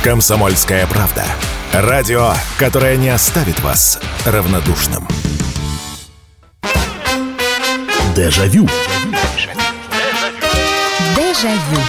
«Комсомольская правда». Радио, которое не оставит вас равнодушным. Дежавю. Дежавю.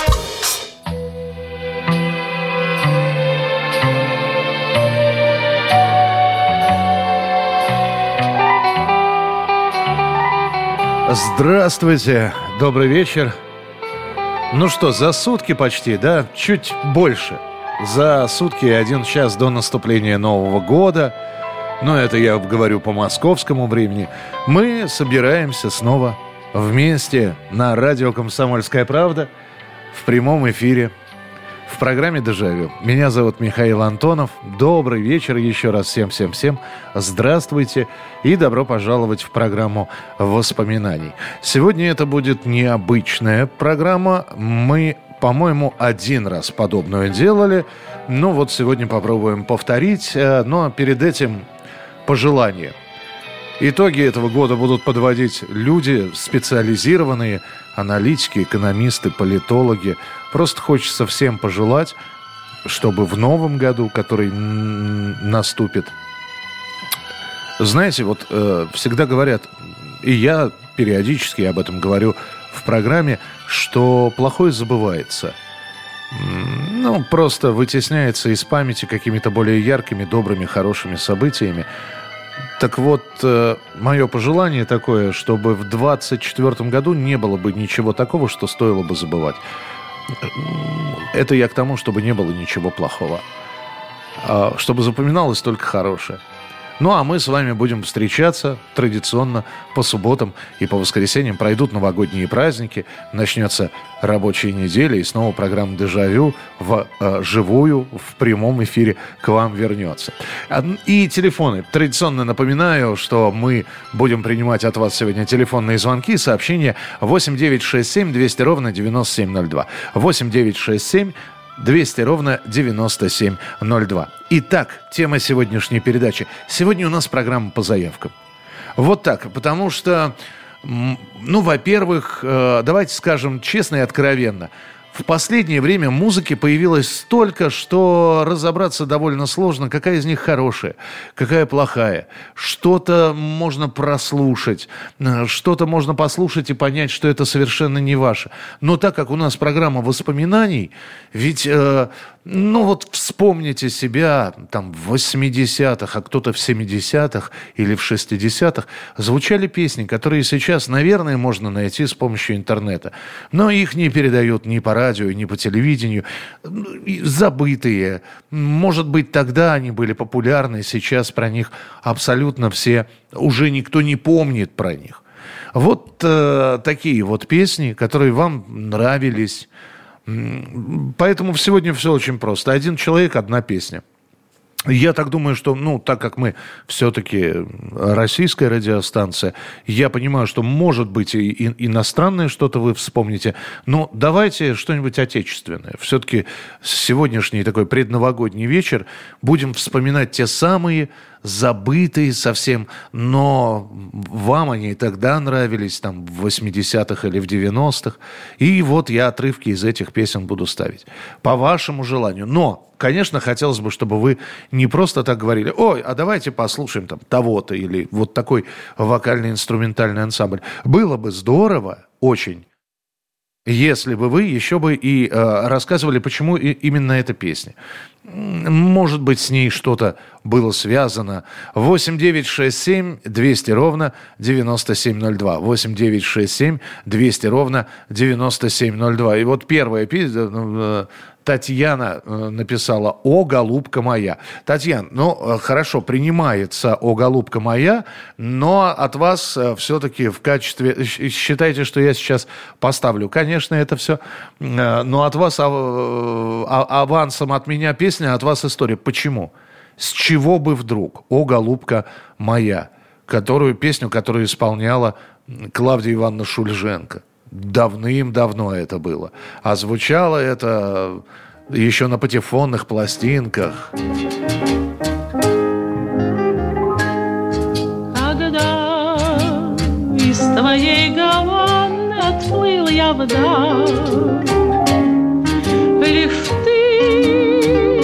Здравствуйте, добрый вечер. Ну что, за сутки почти, да? Чуть больше. За сутки и 1 час до наступления Нового года, но это я говорю по московскому времени, мы собираемся снова вместе на радио «Комсомольская правда» в прямом эфире в программе «Дежавю». Меня зовут Михаил Антонов. Добрый вечер еще раз всем-всем-всем. Здравствуйте и добро пожаловать в программу воспоминаний. Сегодня это будет необычная программа. Мы, по-моему, 1 раз подобную делали. Ну вот сегодня попробуем повторить. Но перед этим пожелания. Итоги этого года будут подводить люди специализированные, аналитики, экономисты, политологи. Просто хочется всем пожелать, чтобы в новом году, который наступит... Знаете, вот всегда говорят, и я периодически об этом говорю в программе, что плохое забывается. Ну, просто вытесняется из памяти какими-то более яркими, добрыми, хорошими событиями. Так вот, мое пожелание такое, чтобы в 2024 году не было бы ничего такого, что стоило бы забывать. Это я к тому, чтобы не было ничего плохого. Чтобы запоминалось только хорошее. Ну, а мы с вами будем встречаться традиционно по субботам и по воскресеньям. Пройдут новогодние праздники, начнется рабочая неделя, и снова программа «Дежавю» вживую, в прямом эфире к вам вернется. И телефоны. Традиционно напоминаю, что мы будем принимать от вас сегодня телефонные звонки, сообщения 8967 200 ровно 9702. 8967 200 ровно 9702. Итак, тема сегодняшней передачи. Сегодня у нас программа по заявкам. Вот так, потому что, ну, во-первых, давайте скажем честно и откровенно, в последнее время музыки появилось столько, что разобраться довольно сложно, какая из них хорошая, какая плохая. Что-то можно прослушать, что-то можно послушать и понять, что это совершенно не ваше. Но так как у нас программа воспоминаний, ведь, ну вот вспомните себя там в 80-х, а кто-то в 70-х или в 60-х, звучали песни, которые сейчас, наверное, можно найти с помощью интернета. Но их не передают ни по радио, ни по телевидению. Забытые. Может быть, тогда они были популярны, сейчас про них абсолютно все, уже никто не помнит про них. Вот такие вот песни, которые вам нравились. Поэтому сегодня все очень просто. 1 человек, 1 песня. Я так думаю, что, ну, так как мы все-таки российская радиостанция, я понимаю, что, может быть, и иностранное что-то вы вспомните, но давайте что-нибудь отечественное. Все-таки сегодняшний такой предновогодний вечер будем вспоминать те самые забытые совсем, но вам они и тогда нравились, там, в 80-х или в 90-х. И вот я отрывки из этих песен буду ставить. По вашему желанию. Но, конечно, хотелось бы, чтобы вы не просто так говорили: ой, а давайте послушаем там того-то, или вот такой вокально-инструментальный ансамбль. Было бы здорово, очень, если бы вы еще бы и рассказывали, почему именно эта песня. Может быть, с ней что-то было связано. 8967 200 ровно 9702. 8967 200 ровно 9702. И вот первая песня... Татьяна написала: «О, голубка моя». Татьяна, ну, хорошо, принимается «О, голубка моя», но от вас все-таки в качестве... Считайте, что я сейчас поставлю. Конечно, это все... Но от вас авансом от меня песня, от вас история. Почему? С чего бы вдруг «О, голубка моя», песню, которую исполняла Клавдия Ивановна Шульженко? Давным-давно это было. А звучало это еще на патефонных пластинках. Когда из твоей Гаваны отплыл я вдаль, лишь ты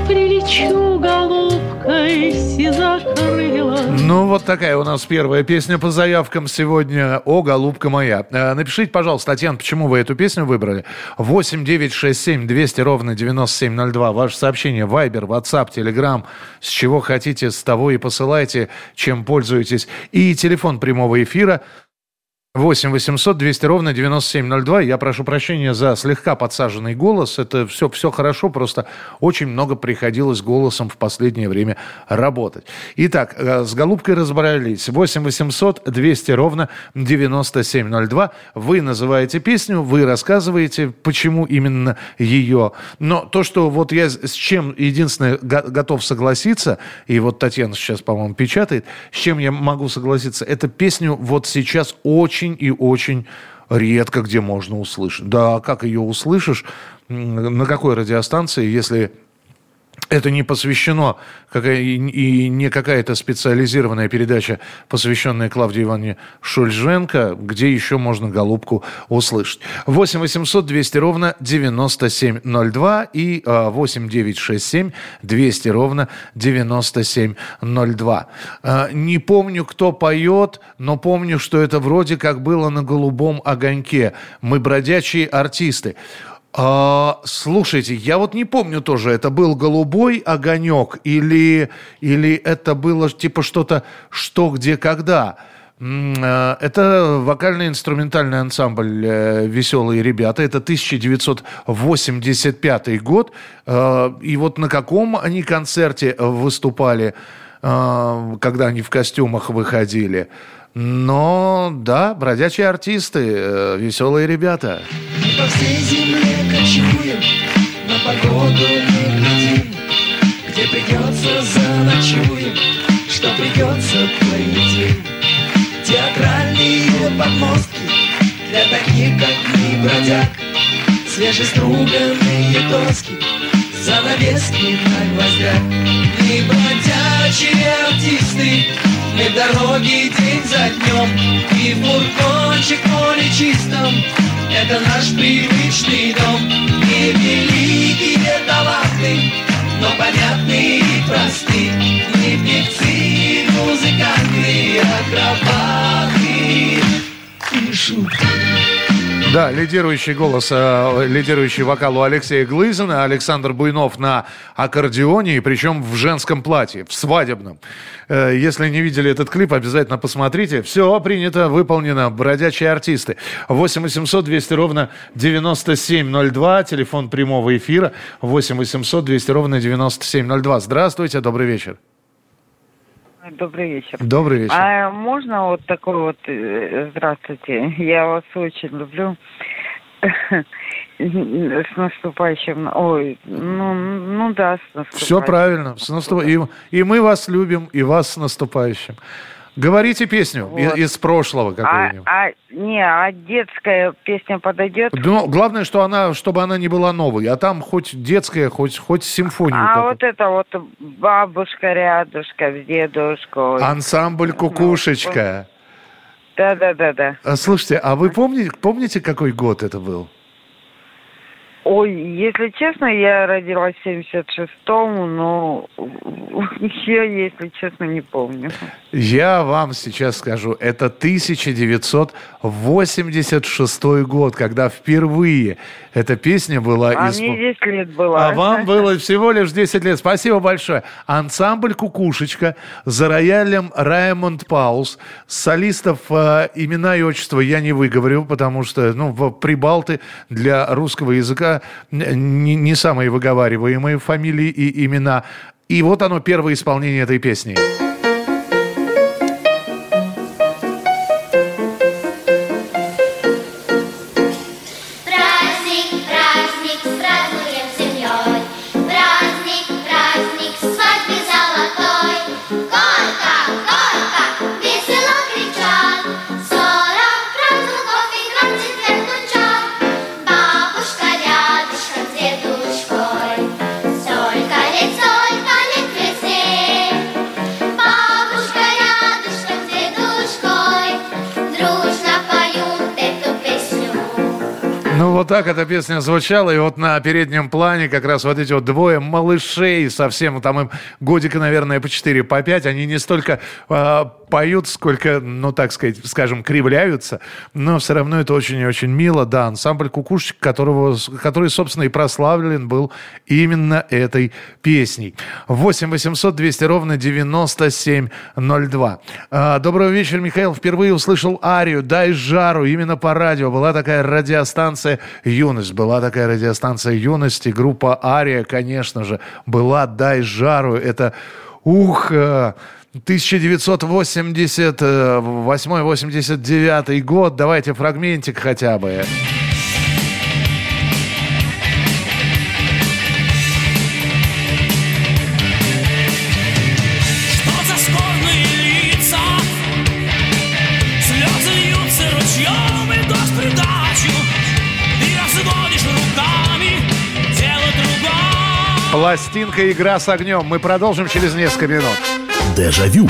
прилечу голубкой сизокрылой. Ну, вот такая у нас первая песня по заявкам сегодня. «О, голубка моя». Напишите, пожалуйста, Татьяна, почему вы эту песню выбрали? 8 9 6 7 200 ровно 9702. Ваше сообщение, Viber, WhatsApp, Telegram. С чего хотите, с того и посылайте, чем пользуетесь. И телефон прямого эфира 8 800 200 ровно 9702. Я прошу прощения за слегка подсаженный голос. Это все хорошо, просто очень много приходилось голосом в последнее время работать. Итак, с голубкой разобрались. 8 800 200 ровно 9702. Вы называете песню, вы рассказываете, почему именно ее. Но то, что вот я с чем единственное готов согласиться, и вот Татьяна сейчас, по-моему, печатает, с чем я могу согласиться, это песню вот сейчас очень и очень редко где можно услышать. Да, как ее услышишь, на какой радиостанции, если это не посвящено, и не какая-то специализированная передача, посвященная Клавдии Ивановне Шульженко, где еще можно голубку услышать. 8 800 200 ровно 9702 и 8 967 200 ровно 9702. Не помню, кто поет, но помню, что это вроде как было на «Голубом огоньке». Мы бродячие артисты. Слушайте, я вот не помню тоже, это был «Голубой огонек» или это было типа что-то «Что, где, когда». Это вокально-инструментальный ансамбль «Веселые ребята». Это 1985 год. И вот на каком они концерте выступали, когда они в костюмах выходили? Но, да, бродячие артисты, «Веселые ребята». По всей земле кочуем, на погоду не глядим, где придется заночуем, что придется полетим. Театральные подмостки для таких, как мы, бродяг, свежеструганные доски, занавески на гвоздях. Мы бродячие артисты, мы в дороге день за днем, и в фургончик поле чистом это наш привычный дом. Не великие таланты, но понятные и просты. Не певцы, музыканты, акробаты и шутки. Да, лидирующий голос, лидирующий вокал у Алексея Глызина, Александр Буйнов на аккордеоне, и причем в женском платье, в свадебном. Если не видели этот клип, обязательно посмотрите. Все принято, выполнено. Бродячие артисты. 8 800 200 ровно 9702, телефон прямого эфира. 8 800 200 ровно 9702. Здравствуйте, добрый вечер. Добрый вечер. Добрый вечер. А можно вот такой вот... Здравствуйте, я вас очень люблю. С наступающим... Ой, ну да, с наступающим. Все правильно. И мы вас любим, и вас с наступающим. Говорите песню вот. из прошлого какую-нибудь. А детская песня подойдет? Ну, главное, чтобы она не была новой. А там хоть детская, хоть симфонию. Вот это вот бабушка рядышком с дедушкой. Ансамбль «Кукушечка». Да. Слушайте, а вы помните, какой год это был? Ой, если честно, я родилась в 76-м, но я, если честно, не помню. Я вам сейчас скажу, это 1986 год, когда впервые эта песня была... мне 10 лет было. А вам было всего лишь 10 лет. Спасибо большое. Ансамбль «Кукушечка» за роялем Раймонд Паулс. Солистов имена и отчества я не выговорю, потому что прибалты для русского языка не самые выговариваемые фамилии и имена. И вот оно, первое исполнение этой песни. Сколько лет, весен, Вот так эта песня звучала, и вот на переднем плане как раз вот эти вот двое малышей совсем, там им годика, наверное, по 4, по 5, они не столько поют, сколько, ну, так сказать, скажем, кривляются, но все равно это очень и очень мило. Да, ансамбль «Кукушечка», который, собственно, и прославлен был именно этой песней. 8 800 200 ровно 9702. Добрый вечер, Михаил. Впервые услышал арию «Дай жару» именно по радио. Была такая радиостанция «Юность». Была такая радиостанция «Юность». И группа «Ария», конечно же, была «Дай жару». Это, 1988-89 год. Давайте фрагментик хотя бы. Пластинка «Игра с огнем». Мы продолжим через несколько минут. Дежавю.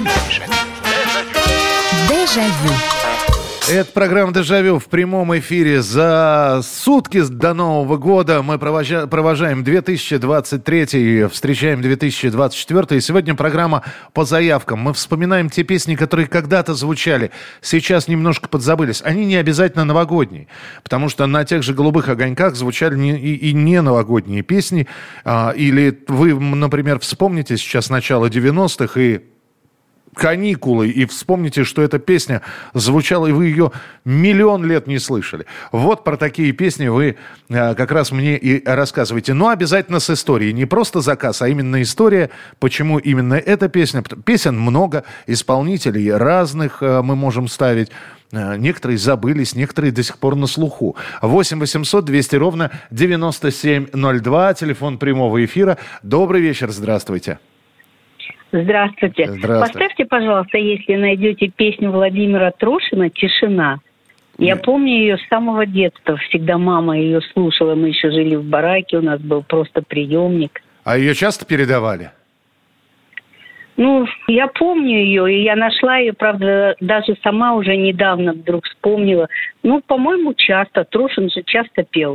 Дежавю. Это программа «Дежавю» в прямом эфире. За сутки до Нового года мы провожаем 2023, встречаем 2024. И сегодня программа по заявкам. Мы вспоминаем те песни, которые когда-то звучали, сейчас немножко подзабылись. Они не обязательно новогодние, потому что на тех же «Голубых огоньках» звучали и не новогодние песни. Или вы, например, вспомните сейчас начало 90-х и «Каникулы», и вспомните, что эта песня звучала, и вы ее миллион лет не слышали. Вот про такие песни вы как раз мне и рассказываете. Но обязательно с историей. Не просто заказ, а именно история, почему именно эта песня. Песен много, исполнителей разных мы можем ставить. Некоторые забылись, некоторые до сих пор на слуху. 8 800 200 ровно 9702, телефон прямого эфира. Добрый вечер, здравствуйте. Здравствуйте. Поставьте, пожалуйста, если найдете песню Владимира Трошина «Тишина». Я помню ее с самого детства. Всегда мама ее слушала. Мы еще жили в бараке, у нас был просто приемник. А ее часто передавали? Ну, я помню ее, и я нашла ее, правда, даже сама уже недавно вдруг вспомнила. Ну, по-моему, часто. Трошин же часто пел.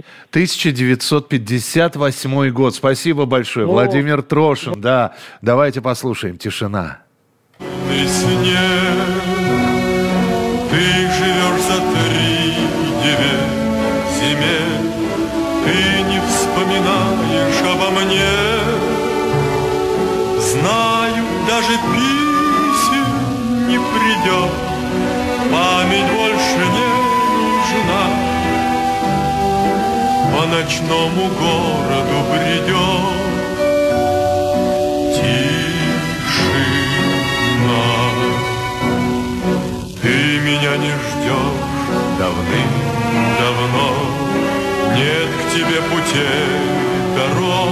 1958 год. Спасибо большое. Владимир Трошин, да. Давайте послушаем «Тишина». Ты снег, ты живешь за 3-9 земель, ты не вспоминаешь обо мне. Знаю, даже писем не придет, память больше не нужна. По ночному городу бредет тишина. Ты меня не ждешь давным-давно, нет к тебе путей, дорог.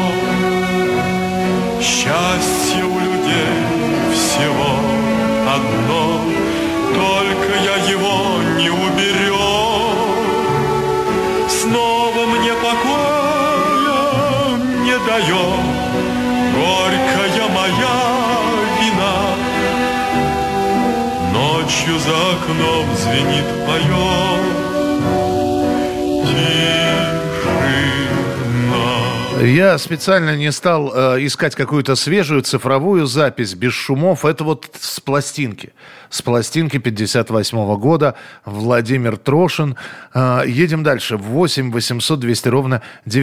Счастье у людей всего одно, только я его не уберег. Снова мне покоя не дает горькая моя вина. Ночью за окном звенит, поет тишина. Я специально не стал искать какую-то свежую цифровую запись без шумов. Это вот с пластинки. С пластинки 58 года. Владимир Трошин. Едем дальше. 8 800 200 ровно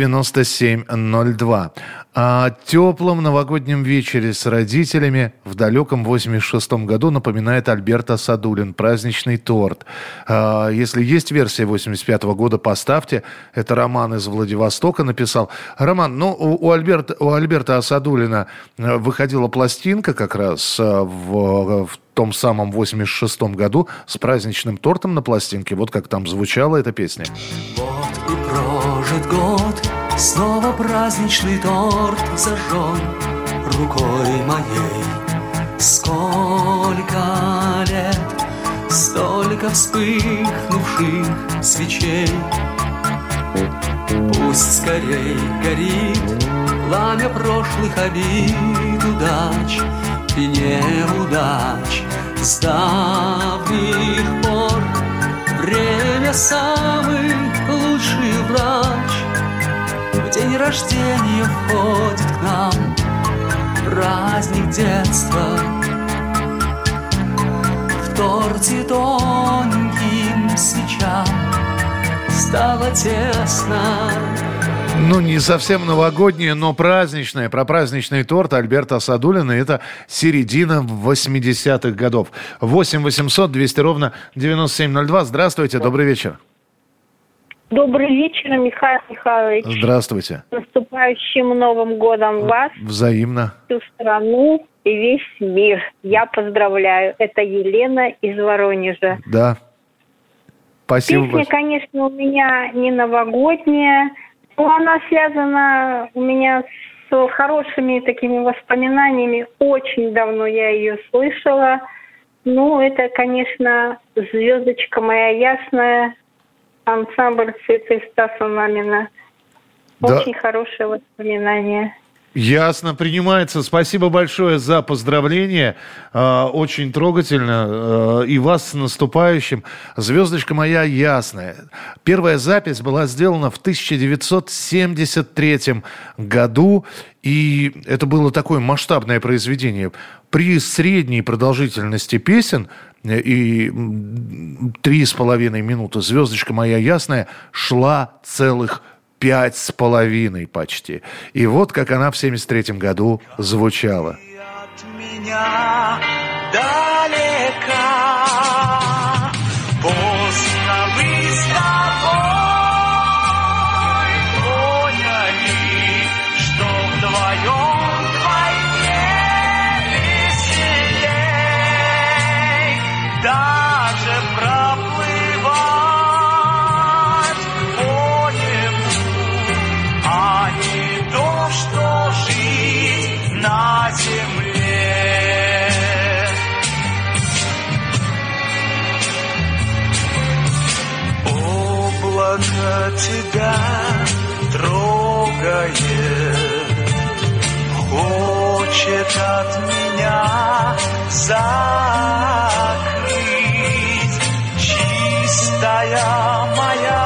9702. О теплом новогоднем вечере с родителями в далеком 86 году напоминает Альберт Асадулин. «Праздничный торт». Если есть версия 85 года, поставьте. Это Роман из Владивостока написал. Роман, ну, у Альберта Асадулина выходила пластинка как раз в том самом 86 году с праздничным тортом на пластинке. Вот как там звучала эта песня. Вот и прожит год, снова праздничный торт зажжен рукой моей. Сколько лет, столько вспыхнувших свечей. Пусть скорей горит пламя прошлых обид, удач и неудач. С давних пор время самых лучших врач в день рождения входит к нам. Праздник детства. В торте тоненьким свечам стало тесно. Ну, не совсем новогоднее, но праздничное. Про праздничный торт Альберта Асадуллина. Это середина 80-х годов. 8 800 200 ровно 9702. Здравствуйте, добрый вечер. Добрый вечер, Михаил Михайлович. Здравствуйте. С наступающим Новым годом вас. Взаимно. Всю страну и весь мир. Я поздравляю. Это Елена из Воронежа. Да. Спасибо. Песня, конечно, у меня не новогодняя. Но она связана у меня с хорошими такими воспоминаниями. Очень давно я ее слышала. Ну, это, конечно, «Звездочка моя ясная», ансамбль «Цветы» Стаса Намина. Очень хорошее воспоминание. Ясно, принимается. Спасибо большое за поздравление. Очень трогательно. И вас с наступающим. «Звездочка моя ясная». Первая запись была сделана в 1973 году. И это было такое масштабное произведение. При средней продолжительности песен и 3,5 минуты «Звездочка моя ясная» шла целых 5,5 почти. И вот как она в 73-м году звучала. От меня далека, поздно вы с тобой поняли, что вдвоем вдвойне веселей, даже проплывать по нему, а не то, что жить на земле. Облако тебя трогает, хочет от меня закрыть. Чистая моя,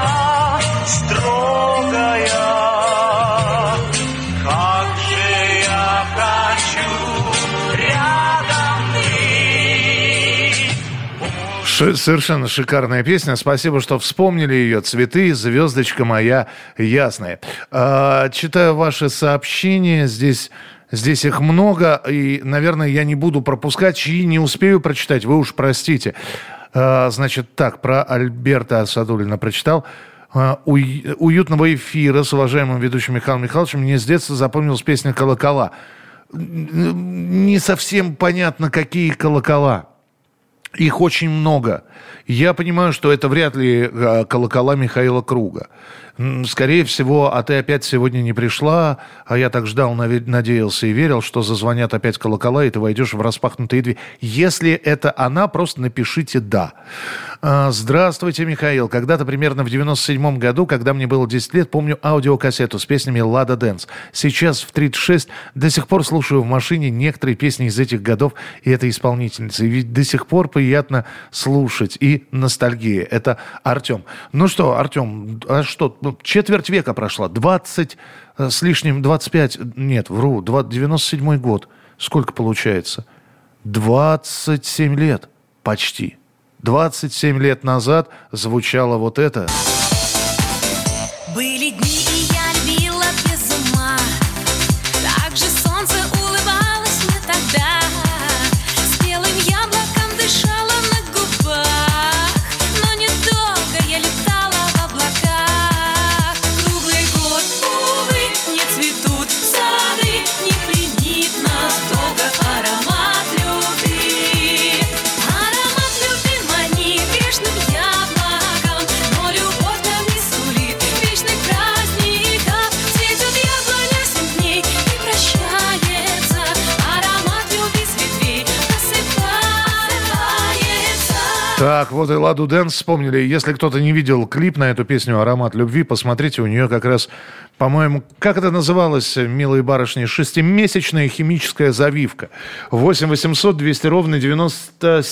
строгая, как же я хочу рядом быть. Совершенно шикарная песня. Спасибо, что вспомнили ее. «Цветы», «Звездочка моя ясная». Читаю ваши сообщения. Здесь их много. И, наверное, я не буду пропускать. Чьи не успею прочитать, вы уж простите. Значит, так, про Альберта Асадуллина прочитал. Уютного эфира с уважаемым ведущим Михаилом Михайловичем мне с детства запомнилась песня «Колокола». Не совсем понятно, какие колокола. Их очень много. Я понимаю, что это вряд ли колокола Михаила Круга. Скорее всего, «А ты опять сегодня не пришла», а я так ждал, надеялся и верил, что зазвонят опять колокола, и ты войдешь в распахнутые двери. Если это она, просто напишите «да». Здравствуйте, Михаил. Когда-то примерно в 97-м году, когда мне было 10 лет, помню аудиокассету с песнями «Лада Дэнс». Сейчас в 36 до сих пор слушаю в машине некоторые песни из этих годов и этой исполнительницы. И ведь до сих пор приятно слушать. И ностальгия. Это Артем. Ну что, Артем, а что? Четверть века прошла. 20 с лишним, 25, нет, вру, 97-й год. Сколько получается? 27 лет почти. 27 лет назад звучало вот это. Были дни, и я любила без ума. Так же солнце улыбалось мне тогда. С белым яблоком дышала на губах. Но недолго я летала в облаках. Круглый год, увы, не цветут сады. Не пленит нас долго аромат любви. Аромат любви манит грешным яблоком. Но любовь нам не сулит вечных праздников. Цветет яблоня 7 дней и прощается. Аромат любви с ветвей осыпается. Так, вот и «Ладу Дэнс» вспомнили. Если кто-то не видел клип на эту песню «Аромат любви», посмотрите, у нее как раз, по-моему, как это называлось, милые барышни, 6-месячная химическая завивка. 8 800 200 ровно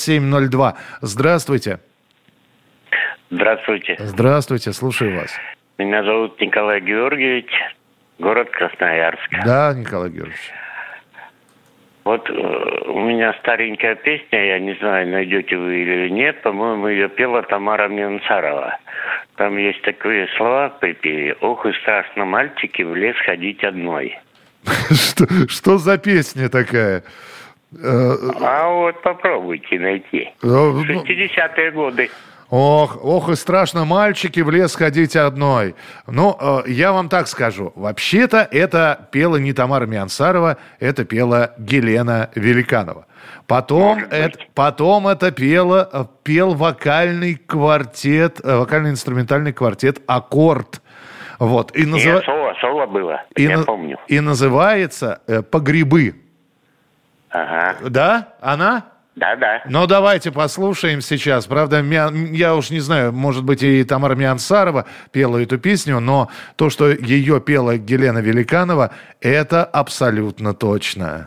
9702. Здравствуйте. Здравствуйте. Здравствуйте, слушаю вас. Меня зовут Николай Георгиевич, город Красноярск. Да, Николай Георгиевич. Вот у меня старенькая песня, я не знаю, найдете вы или нет, по-моему, ее пела Тамара Миансарова. Там есть такие слова в припеве: «Ох, и страшно, мальчики, в лес ходить одной». Что за песня такая? А вот попробуйте найти. 60-е годы. Ох, и страшно, мальчики, в лес ходить одной. Ну, я вам так скажу. Вообще-то это пела не Тамара Миансарова, это пела Гелена Великанова. Потом это пел вокальный квартет, вокально-инструментальный квартет «Аккорд». Вот. Соло было, я помню. И называется «Погребы». Ага. Да? Она? Да. Ну, давайте послушаем сейчас. Правда, я уж не знаю, может быть, и Тамара Миансарова пела эту песню, но то, что ее пела Гелена Великанова, это абсолютно точно.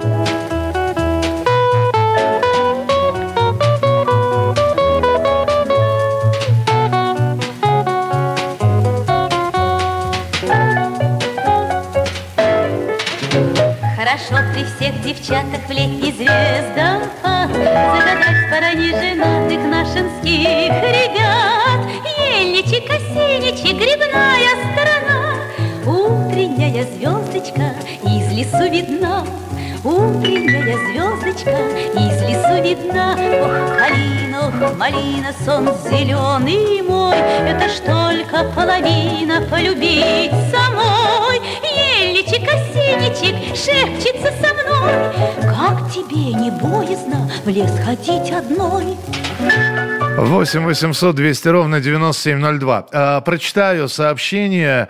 Хорошо при всех девчатах в летний звездопад загадать пора женатых нашинских ребят. Ельничек, осенничек, грибная сторона, утренняя звездочка из лесу видна. Утренняя звездочка из лесу видна. Ох, малина, сон зеленый мой, это ж только половина полюбить самой. Ельничек, осенничек шепчется со мной: как тебе не боязно в лес ходить одной? 8 800 200 ровно 9702. Прочитаю сообщение.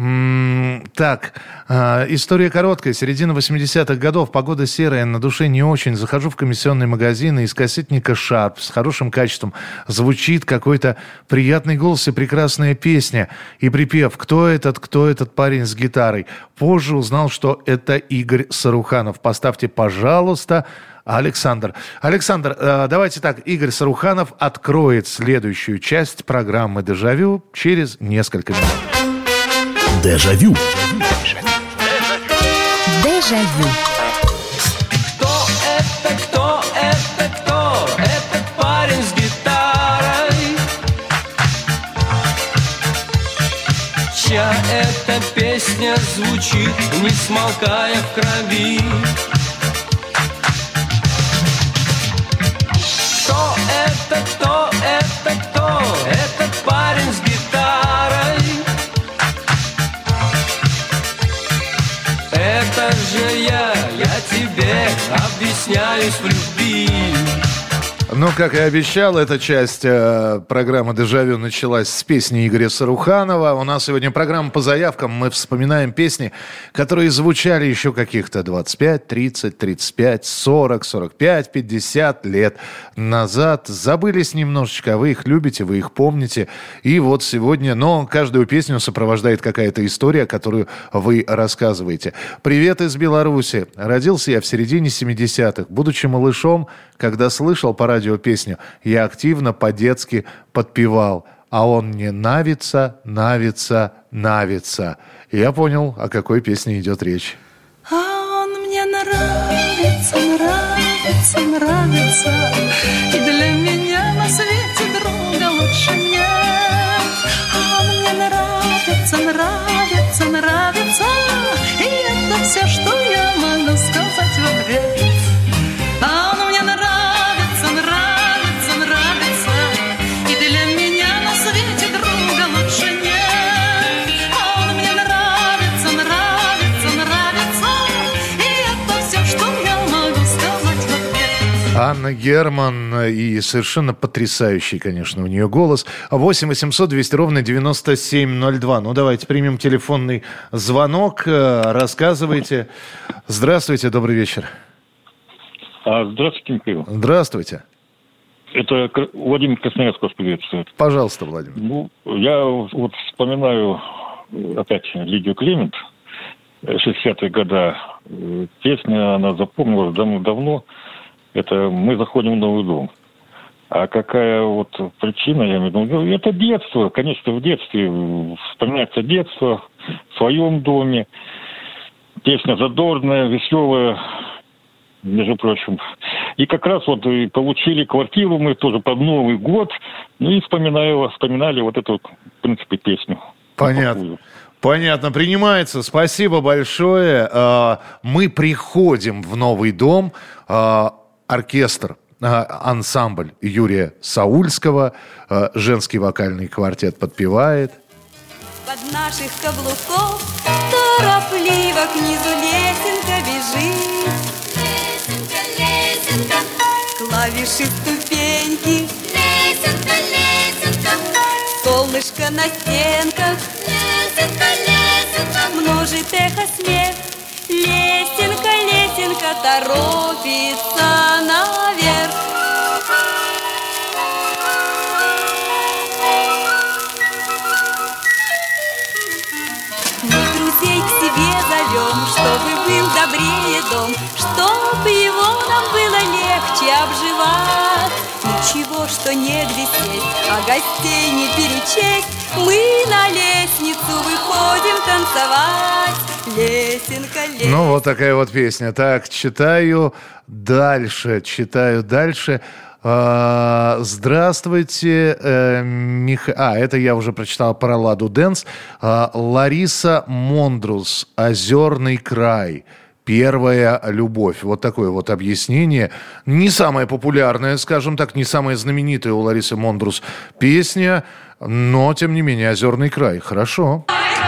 История короткая. Середина 80-х годов. Погода серая, на душе не очень. Захожу в комиссионный магазин, и из кассетника «Шарп» с хорошим качеством звучит какой-то приятный голос и прекрасная песня. И припев «Кто этот парень с гитарой?» Позже узнал, что это Игорь Саруханов. Поставьте, пожалуйста, Александр. Александр, давайте так. Игорь Саруханов откроет следующую часть программы «Дежавю» через несколько минут. Дежавю. Дежавю. Кто этот парень с гитарой? Чья эта песня звучит, не смолкая в крови? Кто этот парень с гитарой? Это же я тебе объясняюсь в любви. Ну, как и обещал, эта часть программы «Дежавю» началась с песни Игоря Саруханова. У нас сегодня программа по заявкам. Мы вспоминаем песни, которые звучали еще каких-то 25, 30, 35, 40, 45, 50 лет назад. Забылись немножечко, а вы их любите, вы их помните. И вот сегодня, но каждую песню сопровождает какая-то история, которую вы рассказываете. Привет из Беларуси. Родился я в середине 70-х. Будучи малышом, когда слышал по радио песню, я активно по-детски подпевал. А он мне нравится. Я понял, о какой песне идет речь. А он мне нравится. И для меня на свете друга лучше нет. А он мне нравится. И это все, что я могу сказать в ответ. А он мне нравится. И для меня на свете друга лучше нет. А он мне нравится. И это все, что я могу сказать в ответ. Анна Герман, и совершенно потрясающий, конечно, у нее голос. 8 800 200 ровно 9702. Ну, давайте примем телефонный звонок. Рассказывайте. Здравствуйте, добрый вечер. Здравствуйте, Михаил. Здравствуйте. Это Владимир Красноярск вас приветствует. Пожалуйста, Владимир. Ну, я вот вспоминаю опять Лидию Климент, 60-е годы. Песня, она запомнилась давно. Это «Мы заходим в новый дом». А какая вот причина, я имею в виду, это детство, конечно, в детстве, вспоминается детство в своем доме. Песня задорная, веселая, между прочим. И как раз вот и получили квартиру мы тоже под Новый год, ну и вспоминали вот эту, в принципе, песню. Понятно. Понятно, принимается. Спасибо большое. Мы приходим в новый дом. Оркестр, ансамбль Юрия Саульского, женский вокальный квартет подпевает. Под наших каблуков торопливо к низу лесенка бежит. Лесенка, лесенка, клавиши ступеньки. Лесенка, лесенка, солнышко на стенках. Лесенка, лесенка, множит эхо смех. Лесенка, лесенка торопится наверх. Мы друзей к себе зовем, чтобы был добрее дом, чтоб его нам было легче обживать. Ничего, что негде сесть, а гостей не перечесть. Мы на лестницу выходим танцевать. Лесенка, лесенка. Ну, вот такая вот песня. Так, читаю дальше. Здравствуйте, это я уже прочитал про Ладу Дэнс. Лариса Мондрус, «Озерный край». Первая любовь. Вот такое вот объяснение. Не самое популярное, скажем так, не самая знаменитая у Ларисы Мондрус песня, но, тем не менее, «Озерный край». Хорошо.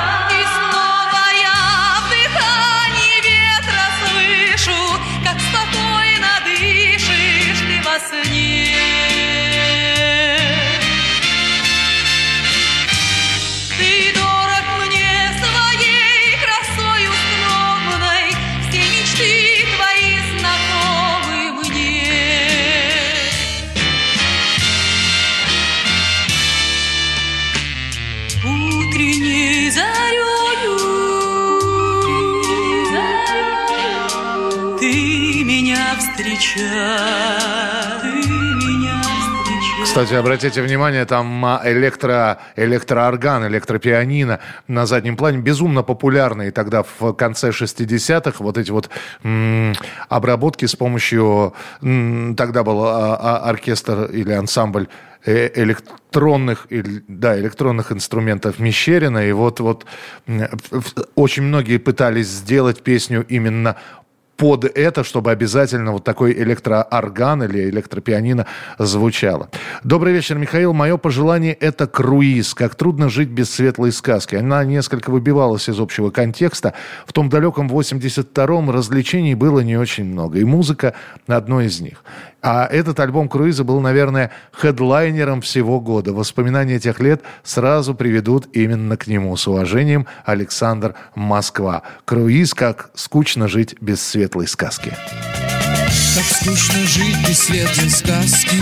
Кстати, обратите внимание, там электроорган, электропианино на заднем плане, безумно популярные тогда в конце 60-х, вот эти вот обработки с помощью, тогда был оркестр или ансамбль электронных инструментов Мещерина, и вот очень многие пытались сделать песню именно под это, чтобы обязательно вот такой электроорган или электропианино звучало. Добрый вечер, Михаил. Мое пожелание – это круиз. Как трудно жить без светлой сказки. Она несколько выбивалась из общего контекста. В том далеком 82-м развлечений было не очень много. И музыка – одно из них. А этот альбом «Круиза» был, наверное, хедлайнером всего года. Воспоминания тех лет сразу приведут именно к нему. С уважением, Александр, Москва. «Круиз. Как скучно жить без светлой сказки». Как скучно жить без светлой сказки,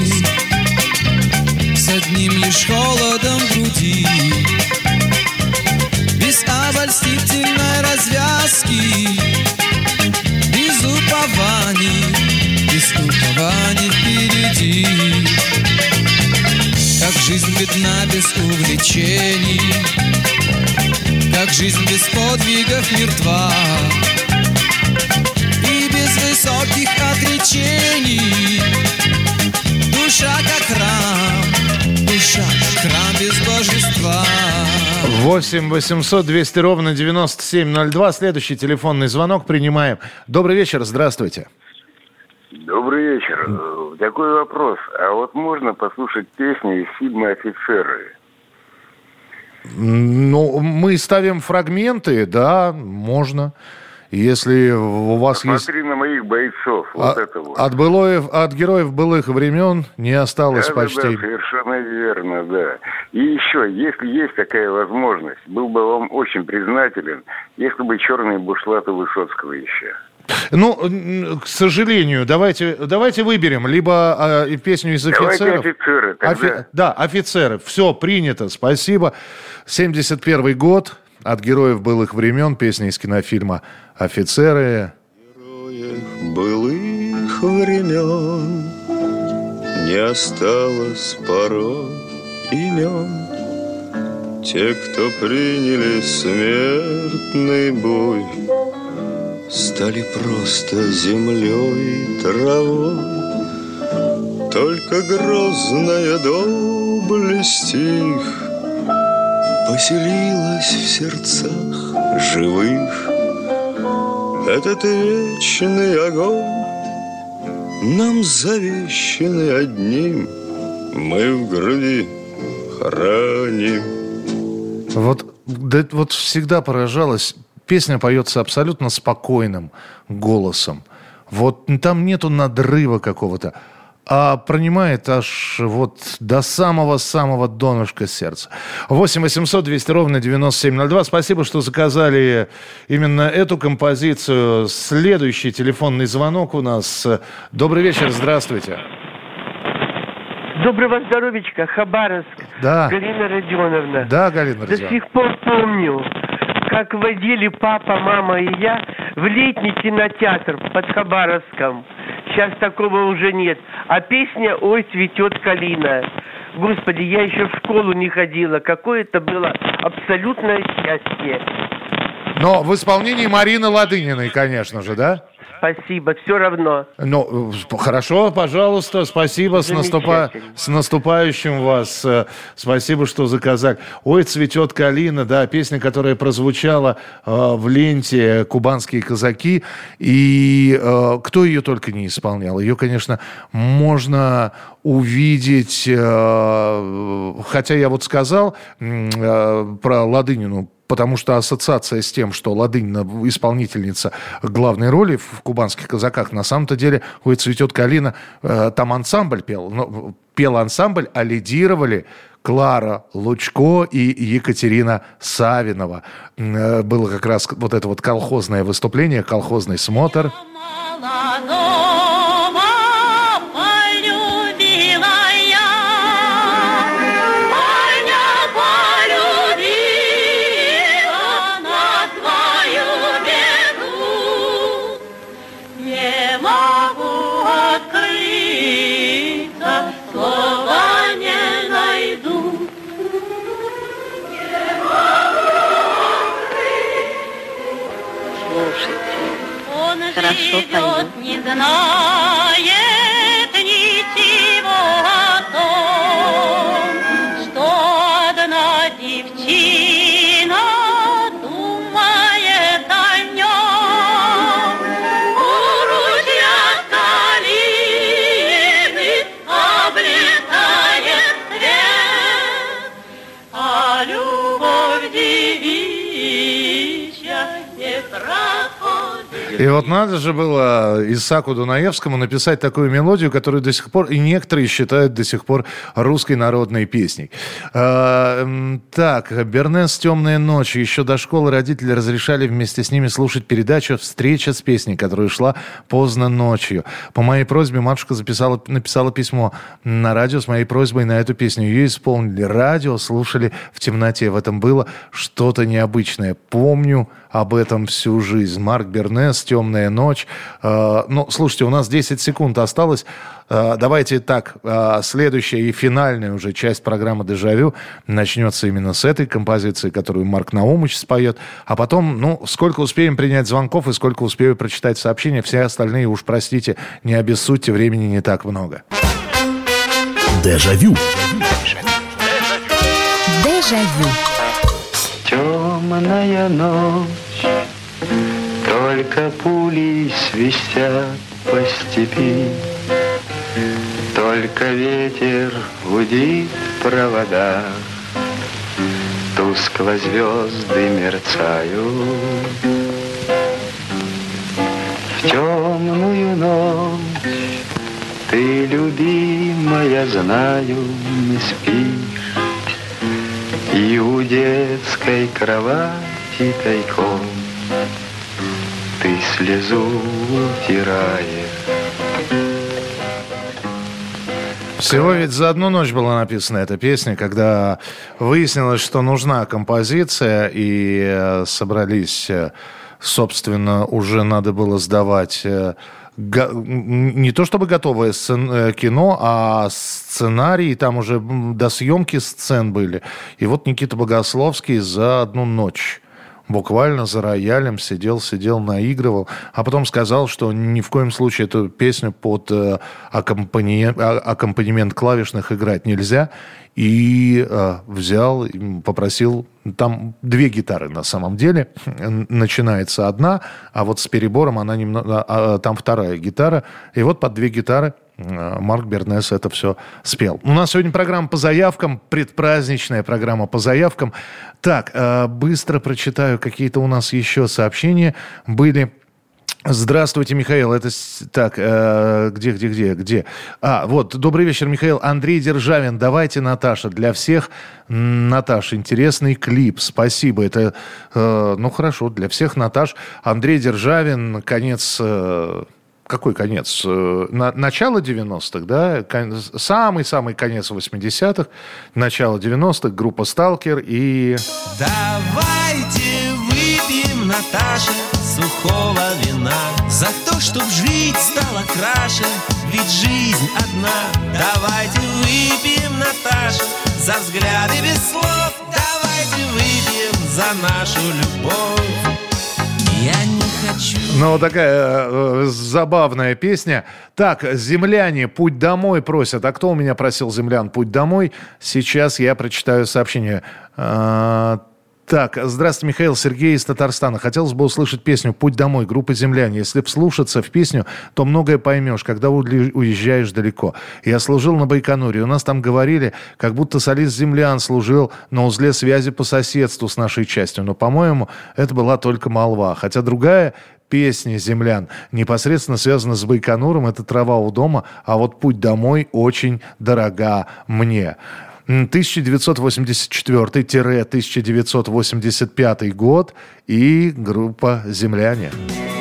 с одним лишь холодом в груди, без обольстительной развязки, без упований впереди. Как жизнь бедна без увлечений, как жизнь без подвигов мертва, и без высоких отречений. Душа как храм без божества. 8 800 200 ровно 9702. Следующий телефонный звонок принимаем. Добрый вечер, здравствуйте. Добрый вечер. Такой вопрос. А вот можно послушать песни из фильма «Офицеры»? Ну, мы ставим фрагменты, да, можно. Если у вас Посмотри на моих бойцов, вот это вот. От героев былых времен не осталось почти. Да, совершенно верно, да. И еще, если есть такая возможность, был бы вам очень признателен, если бы «Черные бушлаты» Высоцкого еще. Ну, к сожалению, давайте выберем либо песню из «Офицеров». Давайте «Офицеры» тогда. Да, «Офицеры». Все, принято, спасибо. 71 год, от героев былых времен, песня из кинофильма «Офицеры». Героев былых времен не осталось порой имен. Те, кто приняли смертный бой, стали просто землей и травой. Только грозная доблесть их поселилась в сердцах живых. Этот вечный огонь нам завещанный одним, мы в груди храним. Вот всегда поражалась. Песня поется абсолютно спокойным голосом. Вот там нету надрыва какого-то, а пронимает аж вот до самого-самого донышка сердца. 8 800 200 ровно 9702. Спасибо, что заказали именно эту композицию. Следующий телефонный звонок у нас. Добрый вечер, здравствуйте. Доброго здоровичка, Хабаровск. Да. Галина Родионовна. Да, Галина Родионовна. До сих пор помню, как водили папа, мама и я в летний кинотеатр под Хабаровском. Сейчас такого уже нет. А песня «Ой, цветет калина». Господи, я еще в школу не ходила. Какое это было абсолютное счастье. Но в исполнении Марины Ладыниной, конечно же, да? Спасибо, все равно. Ну, хорошо, пожалуйста, спасибо, с наступающим вас. Спасибо, что заказали. «Ой, цветет калина», да, песня, которая прозвучала в ленте «Кубанские казаки». И кто ее только не исполнял. Ее, конечно, можно увидеть, хотя я вот сказал про Ладынину, потому что ассоциация с тем, что Ладынина исполнительница главной роли в «Кубанских казаках», на самом-то деле «Ой, цветет калина», там ансамбль пел, но пел ансамбль, а лидировали Клара Лучко и Екатерина Савинова. Было как раз вот это вот колхозное выступление, колхозный смотр. Живет, не знает ничего о том, что одна девчина думает о нем. У ручья калины облетает свет, а любовь девичья не проходит. И вот надо же было Исааку Дунаевскому написать такую мелодию, которую до сих пор, и некоторые считают до сих пор русской народной песней. Так, Бернес «Темная ночь». Еще до школы родители разрешали вместе с ними слушать передачу «Встреча с песней», которая шла поздно ночью. По моей просьбе матушка написала письмо на радио с моей просьбой на эту песню. Ее исполнили. Радио слушали в темноте. В этом было что-то необычное. Помню об этом всю жизнь. Марк Бернес «Темная ночь». Ну, слушайте, у нас 10 секунд осталось. Давайте так, следующая и финальная уже часть программы «Дежавю» начнется именно с этой композиции, которую Марк Наумыч споет. А потом, ну, сколько успеем принять звонков и сколько успею прочитать сообщения, все остальные, уж простите, не обессудьте, времени не так много. Дежавю. Дежавю. Темная ночь, только пули свистят по степи, только ветер гудит в проводах, тускло звезды мерцают. В темную ночь ты, любимая, знаю, не спишь, и у детской кровати тайком ты слезу утираешь. Всего ведь за одну ночь была написана эта песня, когда выяснилось, что нужна композиция, и собрались собственно, уже надо было сдавать не то чтобы готовое кино, а сценарий, там уже до съемки сцен были. И вот Никита Богословский за одну ночь буквально за роялем сидел, наигрывал, а потом сказал, что ни в коем случае эту песню под аккомпанемент клавишных играть нельзя. И взял, попросил, там 2 гитары на самом деле, начинается одна, а вот с перебором она немного, там 2 гитара, и вот под 2 гитары Марк Бернес это все спел. У нас сегодня программа по заявкам, предпраздничная программа по заявкам. Так, быстро прочитаю, какие-то у нас еще сообщения были. Здравствуйте, Михаил. Это так, где? Вот, добрый вечер, Михаил. Андрей Державин. Давайте, Наташа, для всех. Наташ, интересный клип. Спасибо. Это, хорошо, для всех, Наташ. Андрей Державин, конец... Какой конец? Начало 90-х, да? Самый-самый конец 80-х, начало 90-х, группа «Сталкер» и... Давайте выпьем, Наташа, сухого вина за то, чтоб жить стало краше, ведь жизнь одна. Давайте выпьем, Наташа, за взгляды без слов. Давайте выпьем за нашу любовь. Я не хочу. Ну, такая забавная песня. Так, земляне «Путь домой» просят. А кто у меня просил, землян, «Путь домой»? Сейчас я прочитаю сообщение. Так, здравствуйте, Михаил, Сергей из Татарстана. Хотелось бы услышать песню «Путь домой» группы «Земляне». Если вслушаться в песню, то многое поймешь, когда уезжаешь далеко. Я служил на Байконуре. У нас там говорили, как будто солист «Землян» служил на узле связи по соседству с нашей частью. Но, по-моему, это была только молва. Хотя другая песня «Землян» непосредственно связана с Байконуром. Это «Трава у дома», а вот «Путь домой» очень дорога мне. 1984-1985 год и группа «Земляне».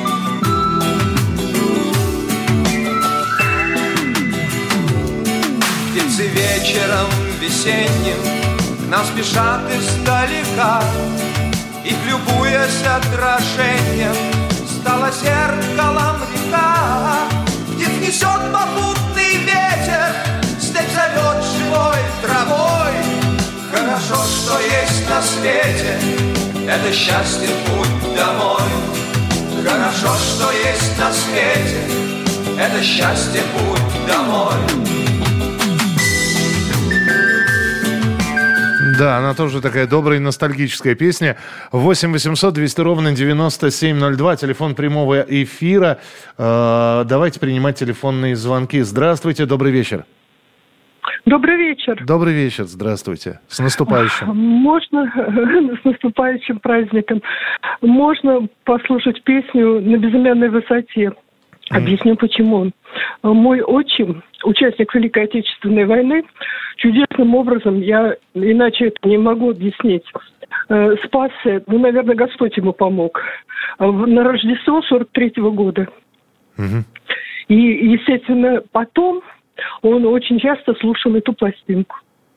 Птицы вечером весенним к нам спешат издалека, их, любуясь отражением, стала зеркалом река. Их несет попутный ветер, степь зовет живой травой. Хорошо, что есть на свете, это счастье путь домой. Хорошо, что есть на свете, это счастье путь домой. Да, она тоже такая добрая ностальгическая песня. 8 800 200 ровно 9702, телефон прямого эфира. Давайте принимать телефонные звонки. Здравствуйте, добрый вечер. Добрый вечер. Добрый вечер, здравствуйте. С наступающим. Можно, с наступающим праздником. Можно послушать песню «На безымянной высоте». Объясню почему. Мой отчим, участник Великой Отечественной войны, чудесным образом, я иначе это не могу объяснить, спасся, наверное, Господь ему помог, на Рождество 43-го года. Угу. И, естественно, потом он очень часто слушал эту пластинку.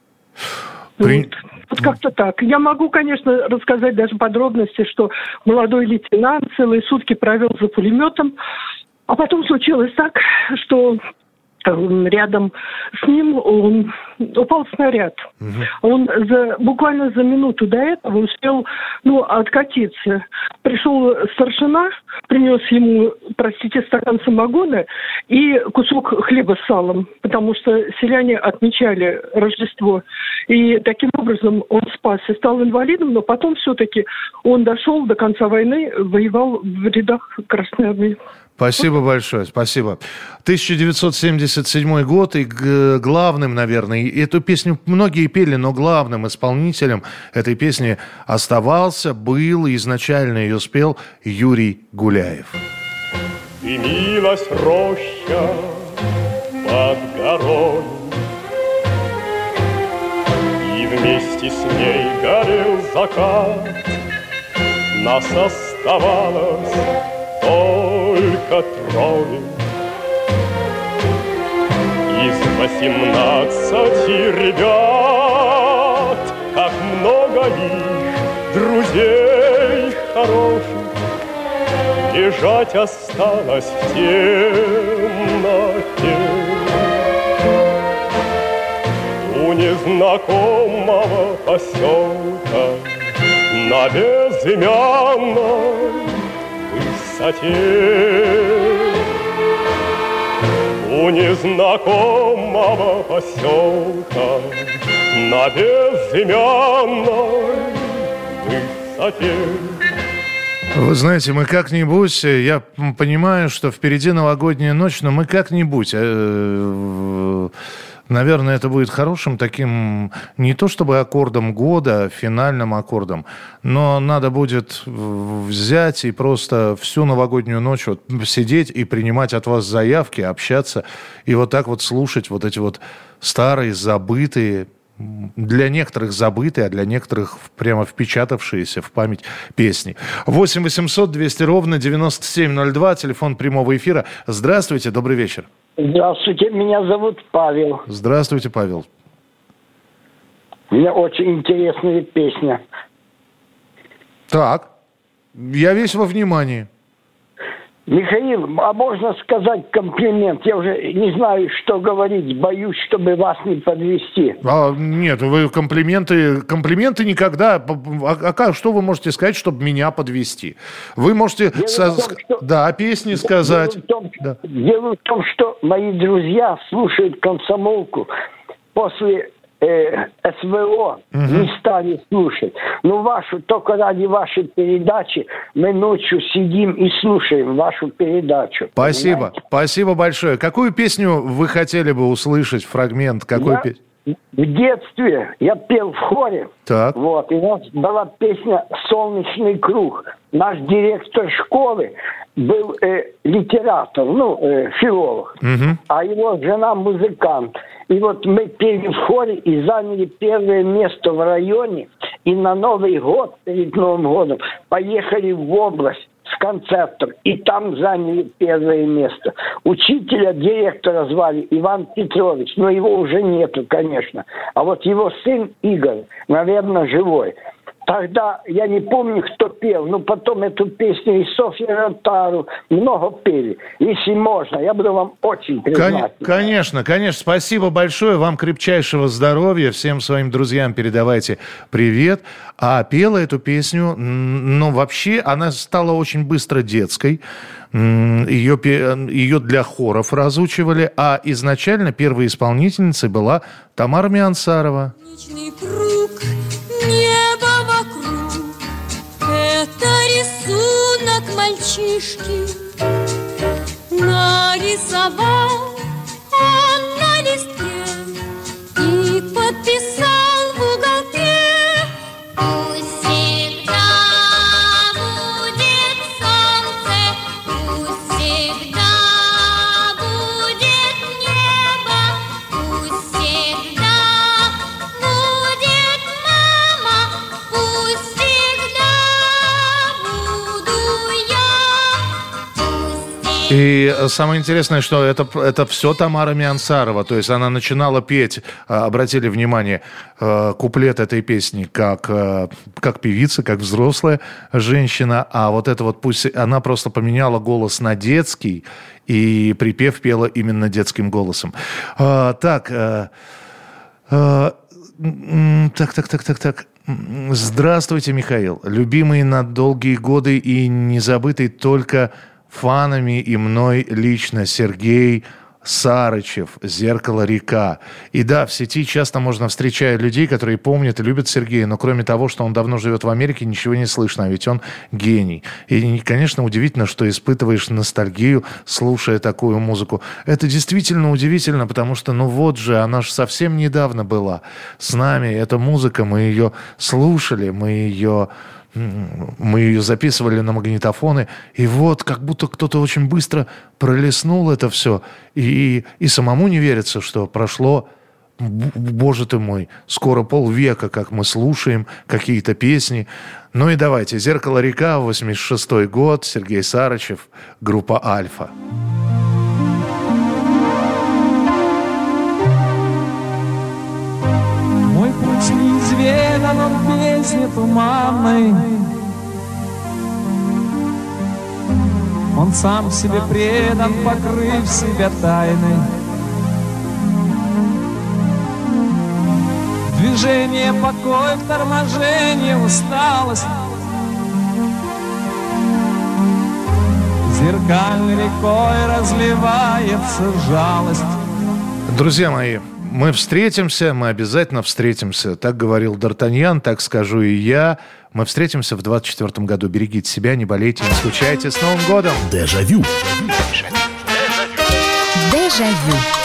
Вот как-то так. Я могу, конечно, рассказать даже подробности, что молодой лейтенант целые сутки провел за пулеметом, а потом случилось так, что рядом с ним упал снаряд. Он буквально за минуту до этого успел откатиться. Пришел старшина, принес ему, простите, стакан самогона и кусок хлеба с салом, потому что селяне отмечали Рождество. И таким образом он спасся, стал инвалидом, но потом все-таки он дошел до конца войны, воевал в рядах Красной Армии. Спасибо большое, спасибо. 1977 год, и главным, наверное, эту песню многие пели, но главным исполнителем этой песни оставался, был, и изначально ее спел Юрий Гуляев. Дымилась роща под горой, и вместе с ней горел закат. Нас оставалось только трое из 18 ребят. Как много их, друзей хороших, лежать осталась в темноте. У незнакомого поселка на безымянной высоте. У незнакомого поселка на безымянной высоте. Вы знаете, мы как-нибудь, я понимаю, что впереди новогодняя ночь, но мы как-нибудь, наверное, это будет хорошим таким, не то чтобы аккордом года, а финальным аккордом, но надо будет взять и просто всю новогоднюю ночь вот сидеть и принимать от вас заявки, общаться, и вот так вот слушать вот эти вот старые, забытые, для некоторых забытые, а для некоторых прямо впечатавшиеся в память песни. 8 800 200 ровно 9702, телефон прямого эфира. Здравствуйте, добрый вечер. Здравствуйте, меня зовут Павел. Здравствуйте, Павел. Мне очень интересная песня. Так, я весь во внимании. Михаил, а можно сказать комплимент? Я уже не знаю, что говорить, боюсь, чтобы вас не подвести. Нет, вы комплименты никогда. Что вы можете сказать, чтобы меня подвести? Вы можете о песне сказать. Дело в том, что мои друзья слушают комсомолку после СВО, не стали слушать. Но только ради вашей передачи мы ночью сидим и слушаем вашу передачу. Спасибо. Понимаете? Спасибо большое. Какую песню вы хотели бы услышать, фрагмент? В детстве я пел в хоре. Так. Вот, и у нас была песня «Солнечный круг». Наш директор школы был литератор, филолог, а его жена музыкант. И вот мы пели в хоре и заняли первое место в районе. И на Новый год, перед Новым годом, поехали в область с концертом. И там заняли первое место. Учителя, директора звали Иван Петрович. Но его уже нету, конечно. А вот его сын Игорь, наверное, живой. Тогда я не помню, кто пел, но потом эту песню и Софья Ротару много пели. Если можно, я буду вам очень признателен. Конечно. Спасибо большое. Вам крепчайшего здоровья. Всем своим друзьям передавайте привет. А пела эту песню, вообще она стала очень быстро детской. Ее для хоров разучивали. А изначально первой исполнительницей была Тамара Миансарова. Небо вокруг, это рисунок мальчишки. Нарисовал он на листке и подписал в уголке. Пусть всегда будет солнце, пусть всегда будет небо, пусть всегда будет мама, пусть всегда буду я. И самое интересное, что это все Тамара Миансарова. То есть она начинала петь, обратили внимание, куплет этой песни как певица, как взрослая женщина. А вот это вот пусть она просто поменяла голос на детский, и припев пела именно детским голосом. Так. Здравствуйте, Михаил. Любимый на долгие годы и не забытый только фанами и мной лично Сергей Сарычев, «Зеркало река». И да, в сети часто можно встречать людей, которые помнят и любят Сергея, но кроме того, что он давно живет в Америке, ничего не слышно, а ведь он гений. И, конечно, удивительно, что испытываешь ностальгию, слушая такую музыку. Это действительно удивительно, потому что, вот же, она же совсем недавно была с нами. Эта музыка, мы ее слушали, мы ее записывали на магнитофоны, и вот как будто кто-то очень быстро пролистнул это все, и самому не верится, что прошло, боже ты мой, скоро полвека, как мы слушаем какие-то песни. Ну и давайте, «Зеркало река», 86-й год, Сергей Сарычев, группа «Альфа». Мой путь неизведан, он песни туманной. Он сам себе предан, покрыв себя тайной. Движение, покой, торможение, усталость. Зеркальной рекой разливается жалость. Друзья мои, мы встретимся, мы обязательно встретимся. Так говорил Д'Артаньян, так скажу и я. Мы встретимся в 2024 году. Берегите себя, не болейте, не скучайте. С Новым годом! Дежавю. Дежавю.